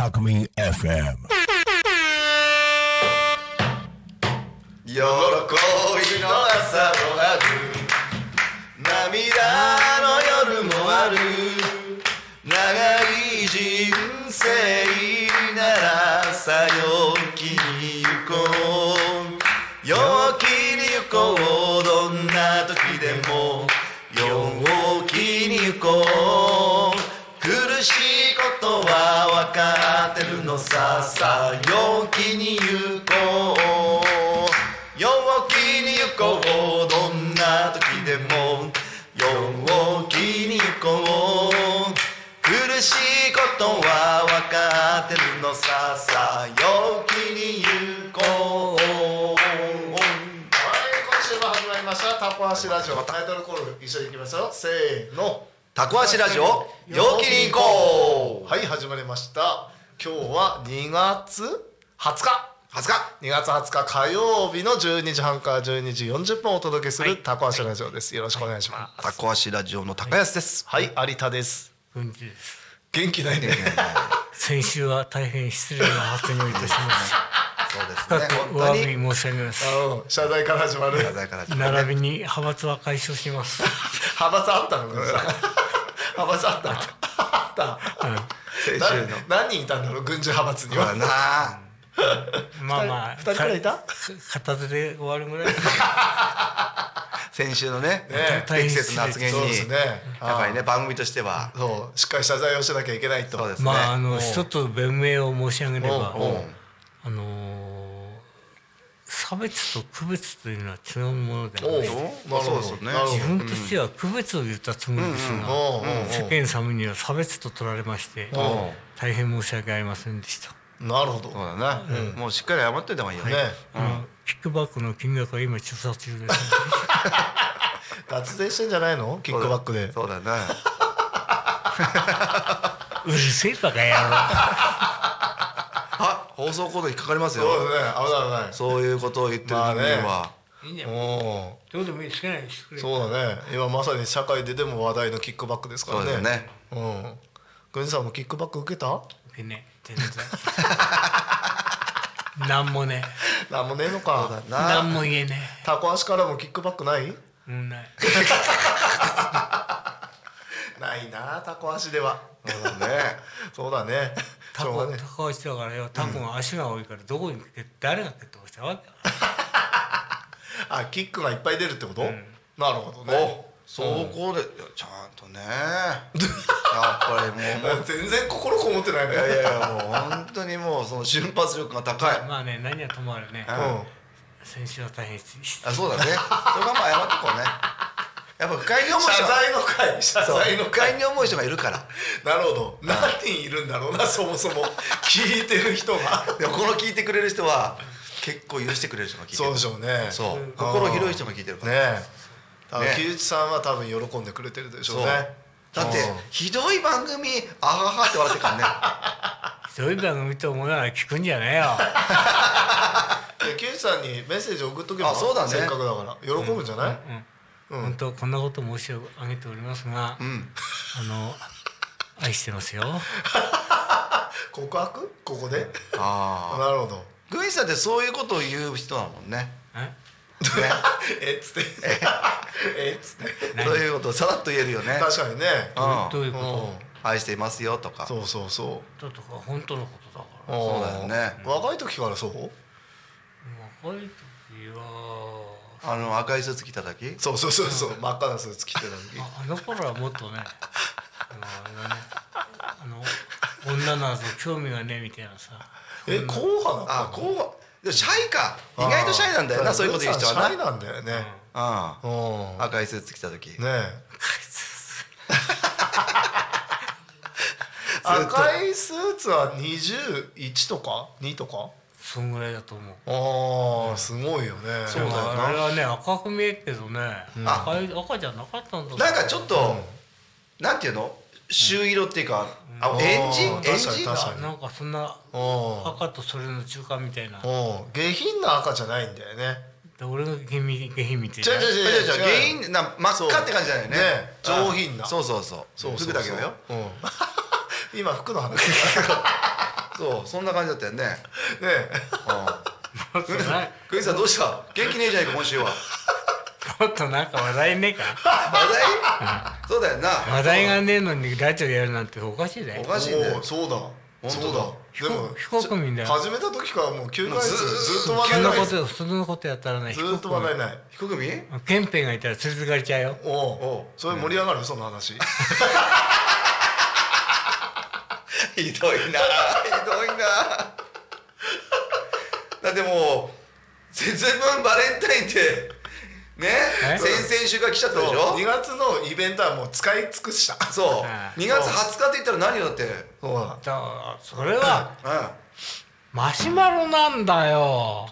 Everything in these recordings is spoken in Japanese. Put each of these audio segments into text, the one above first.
Talkme FM。 喜びの朝もある、涙の夜もある、長い人生ならさ陽気に行こう、陽気に行こう、どんな時でも陽気に行こう、苦しいことは分かってるのさ、さあ陽気に行こう、陽気に行こう、どんな時でも陽気に行こう、苦しいことは分かってるのさ、さあ陽気に行こう。 はい、今週も始まりましたタコ足ラジオ、タイトルコール一緒にいきますよ、せーの、 タコ足ラジオ陽気に行こう。 はい、始まりました。今日は2月20日2月20日火曜日の12時半から12時40分をお届けするタコ足ラジオです。よろしくお願いします。 タコ足ラジオの高安です。 はい、有田です。 元気です。 元気ないね。 先週は大変失礼な発言をいたしました。 そうです深ね、 くお詫び申し上げます。 謝罪から始まる。 謝罪から始まる。 並びに派閥は解消します。 派閥あったのか派閥あった先週の何人いたんだろう、軍事派閥には。 そうだな、 まあまあ、 2人くらいいた？ 片手で終わるぐらい。 先週のねね、 適切な発言にそうですね、 やっぱりね、番組としてはそうしっかり謝罪をしなきゃいけないと。 そうですね。 まあ一つ弁明を申し上げれば、差別と区別というのは違うものであり、 そうですよね。 自分としては区別を言ったつもりですが、世間様には差別と取られまして、大変申し訳ありませんでした。 なるほど。 そうだな、もうしっかり謝っといた方がいいよね。 キックバックの金額は今調査中です。 脱税してんじゃないの、キックバックで。 そうだな。 うるせえバカ野郎。 あ、放送コード引っかかりますよ。 そうですね、危ない危ない。 そういうことを言ってる人間は、 いいんだよ。どうでもいい、好きなようにしてくれ。 そうだね、今まさに社会ででも話題のキックバックですからね。 そうだね。 軍事さんもキックバック受けた？ 受けねえ、全然。なんもねえ。 なんもねえのか。 なんも言えねタコ足からもキックバックない？ え。ない。 ないな、タコ足では。 そうだね。 そうだね。 高橋だからよ、タコが足が多いからどこに誰が蹴ってましたわけだ。 あ、キックがいっぱい出るってこと？なるほどね。 そこでちゃんとね。やっぱりもう全然心こもってないね。 いやいや、もう本当にもうその瞬発力が高い。 まあね、何はともあれね。先週は大変失礼しあ、そうだね。それがまあ謝っとこうね。やっぱ不快に思う人謝罪の会、謝罪の不快会。 に思う人がいるから。 なるほど。何人いるんだろうな、そもそも聞いてる人が。 でもこの聞いてくれる人は結構許してくれる人が聞いてる。 そうでしょうね。 そう、心広い人が聞いてるから。 ねえ、木内さんは多分喜んでくれてるでしょうね。 だってひどい番組あははって笑ってるからね。 ひどい番組と思うなら聞くんじゃねえよ。 木内さんにメッセージ送っとけば、 あ、そうだね、 せっかくだから喜ぶんじゃない？ 本当こんなこと申し上げておりますが、愛してますよ。 告白？ここで？ ああ、 なるほど。 グイさんってそういうことを言う人だもんね。 えっつってえっつってそういうことをさらっと言えるよね。 確かにね。 どういうこ愛していますよとか。 そうそうそと？だとか本当のことだから。 う。 そうだよね。 若い時からそう？ 若い時は赤いスーツ着た時。 そうそうそうそう、真っ赤なスーツ着てた時。 あの頃はもっとね、女など興味がねえみたいなさ。 硬派な。 あ、こうシャイか。意外とシャイなんだよな、そういうこと言う人はな。 シャイなんだよね。 赤いスーツ着た時。 ねえ。赤いスーツは21とか2とか？ そんぐらいだと思う。 ああ、すごいよね。 そうだよな。 あれはね、赤く見えるけどね、赤じゃなかったんだ。 なんかちょっとなんていうの、朱色っていうか、エンジ確かに確かに。 なんかそんな赤とそれの中間みたいな。 下品な赤じゃないんだよね。 俺が下品みたいな。 じゃ下品な真っ赤って感じじゃないよね。 上品な。 そうそうそう。服だけどよ。 今服の話。 そうそんな感じだったよね。 ねクイズさんどうした？元気ねえじゃないか今週は。 もっとなんか話題ねえか。 話題？そうだよな。 話題がねえのにラジオやるなんておかしいね。 おかしいね。 そうだそうだ。でも非国民だよ。 始めた時からもう9ヶ月ずっと話そんな題ない。 こと普通のことやったらない。 ずっと話題ない。 非国民？ ケンペンがいたら連れてかれちゃうよ。 おそれ盛り上がるその話。 ひどいなひどいな。だってもう節分バレンタインってね先々週が来ちゃったでしょ。 2月のイベントはもう使い尽くした。 そう2月20日って言ったら何よだって。 それはマシュマロなんだよ。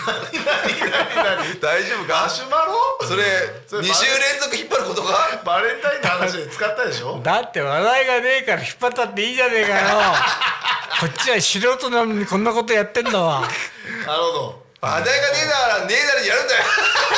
大丈夫か？ マシュマロ？ それ2週連続引っ張ることか？ バレンタインの話で使ったでしょ。 だって話題がねえから引っ張ったっていいじゃねえかよ。こっちは素人なのにこんなことやってんだわ。 なるほど。 話題がねえならねえなりにやるんだよ。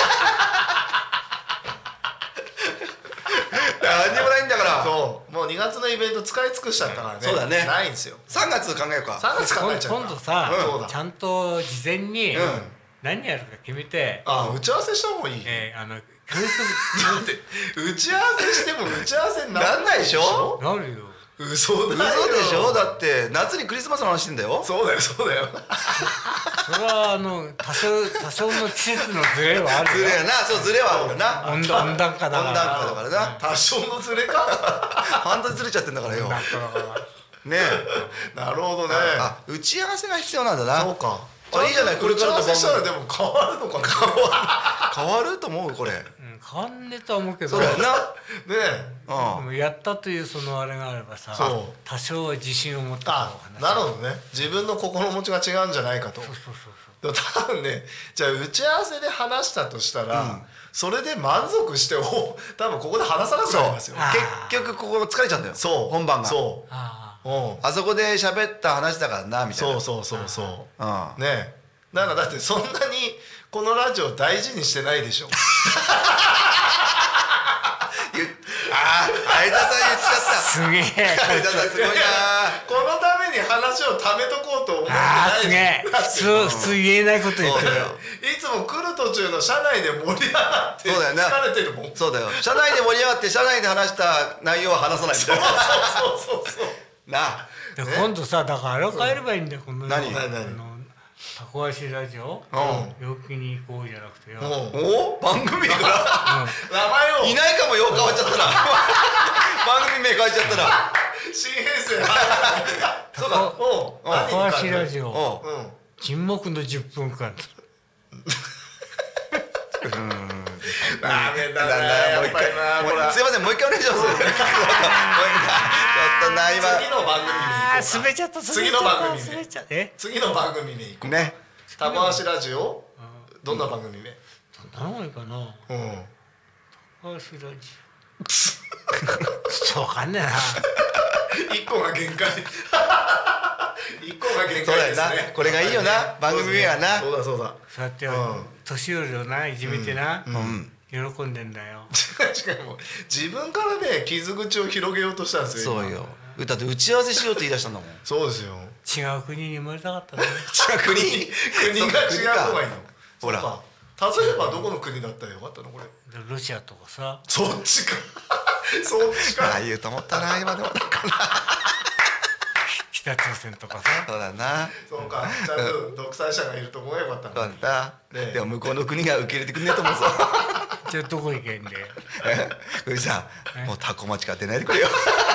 何にもないんだから。 そうもう2月のイベント使い尽くしちゃったからね。 そうだね。 ないんですよ。 3月考えようか。 3月考えちゃう。 今度さ、ちゃんと事前に何やるか決めて、 打ち合わせした方がいい。 だって打ち合わせしても打ち合わせになんないでしょ。 なるよ。 嘘だよ。 嘘でしょ。だって夏にクリスマスの話してんだよ。 そうだよそうだよ。 それは多少の季節のズレはあるよ。 ズレやな。そうズレはあるな。 温暖化だから。 温暖化だからな。 多少のズレか。 半年ずれちゃってんだからよ。 温暖化だから。 ねえ。なるほどね。 打ち合わせが必要なんだな。 そうか。 いいじゃない。これからの番組したらでも変わるのかな。 変わると思うこれ。 変わんねえとは思うけど。 そうだよな。 ねやったというそのあれがあればさ、多少は自信を持ってなるほどね。自分の心持ちが違うんじゃないかと。多分ね、じゃあ打ち合わせで話したとしたら、それで満足して多分ここで話さなくなりますよ。 結局ここ疲れちゃうんだよ。 そう本番が。 そう。 あそこで喋った話だからなみたいな。 そうね。なんかだってそんなにこのラジオ大事にしてないでしょ。 相田さん言っちゃった。 すげえ。 相田さんすごいな。 このために話をためとこうと思ってない。 すげえ。普通言えないこと言ってるよ。 いつも来る途中の車内で盛り上がって疲れてるもん。 そうだよ。車内で盛り上がって車内で話した内容は話さないみたいな。そうな。 今度さだからあれを変えればいいんだよ。この何？ タコ足ラジオ陽気に行こうじゃなくてよ。 番組から名前をいないかもよ。変わっちゃったら番組名変えちゃったら新編成。 そうだ。 タコ足ラジオ沈黙の10分間。 ダメだなやっぱりな。 すいませんもう一回お願いします。ちょっとな今次の番組に滑っちゃった。 次の番組滑っちゃった。 次の番組に行こうね。 タコ足ラジオどんな番組名？ 何がいいかな。タコ足ラジオ。ちょっと分かんねえな。 1個が限界。1個が限そうだよ界ですね。 な。これがいいよな。番組名はな。 そうだそうだ。 そうやって年寄りをないじめてな喜んでんだよ。 しかも自分からね傷口を広げようとしたんですよ。 そうよ。だって打ち合わせしようって言い出したんだもん。 そうですよ。 違う国に生まれたかったね。 国が違う方がいいの。 ほら。 例えばどこの国だったらよかったのこれ。 ロシアとかさ。 そっちか。そっちか。 ああ言うと思ったな今でも。 北朝鮮とかさ。 そうだな。 そうか。ちゃんと独裁者がいるとこがよかったの。 そうだ。でも向こうの国が受け入れてくんねえと思うぞ。 じゃあどこ行けんで。 これさもうタコ町から出ないでくれよ。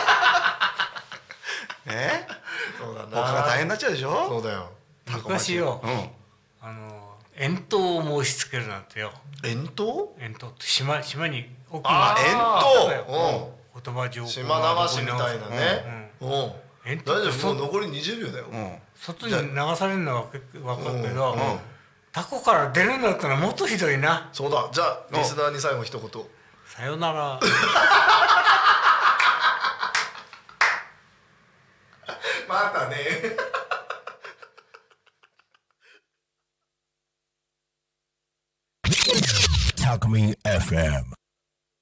そうだな。 他が大変になっちゃうでしょ。 そうだよ。 昔よ。円筒を申し付けるなんてよ。 円筒？ 円筒って島に奥が円筒。言葉上島流しみたいなね。大丈夫。もう残り20秒だよ。 外に流されるのは分かるけど、タコから出るんだったらもっとひどいな。 そうだ。じゃあリスナーに最後一言。 さよなら。 またね。 Talk Me FM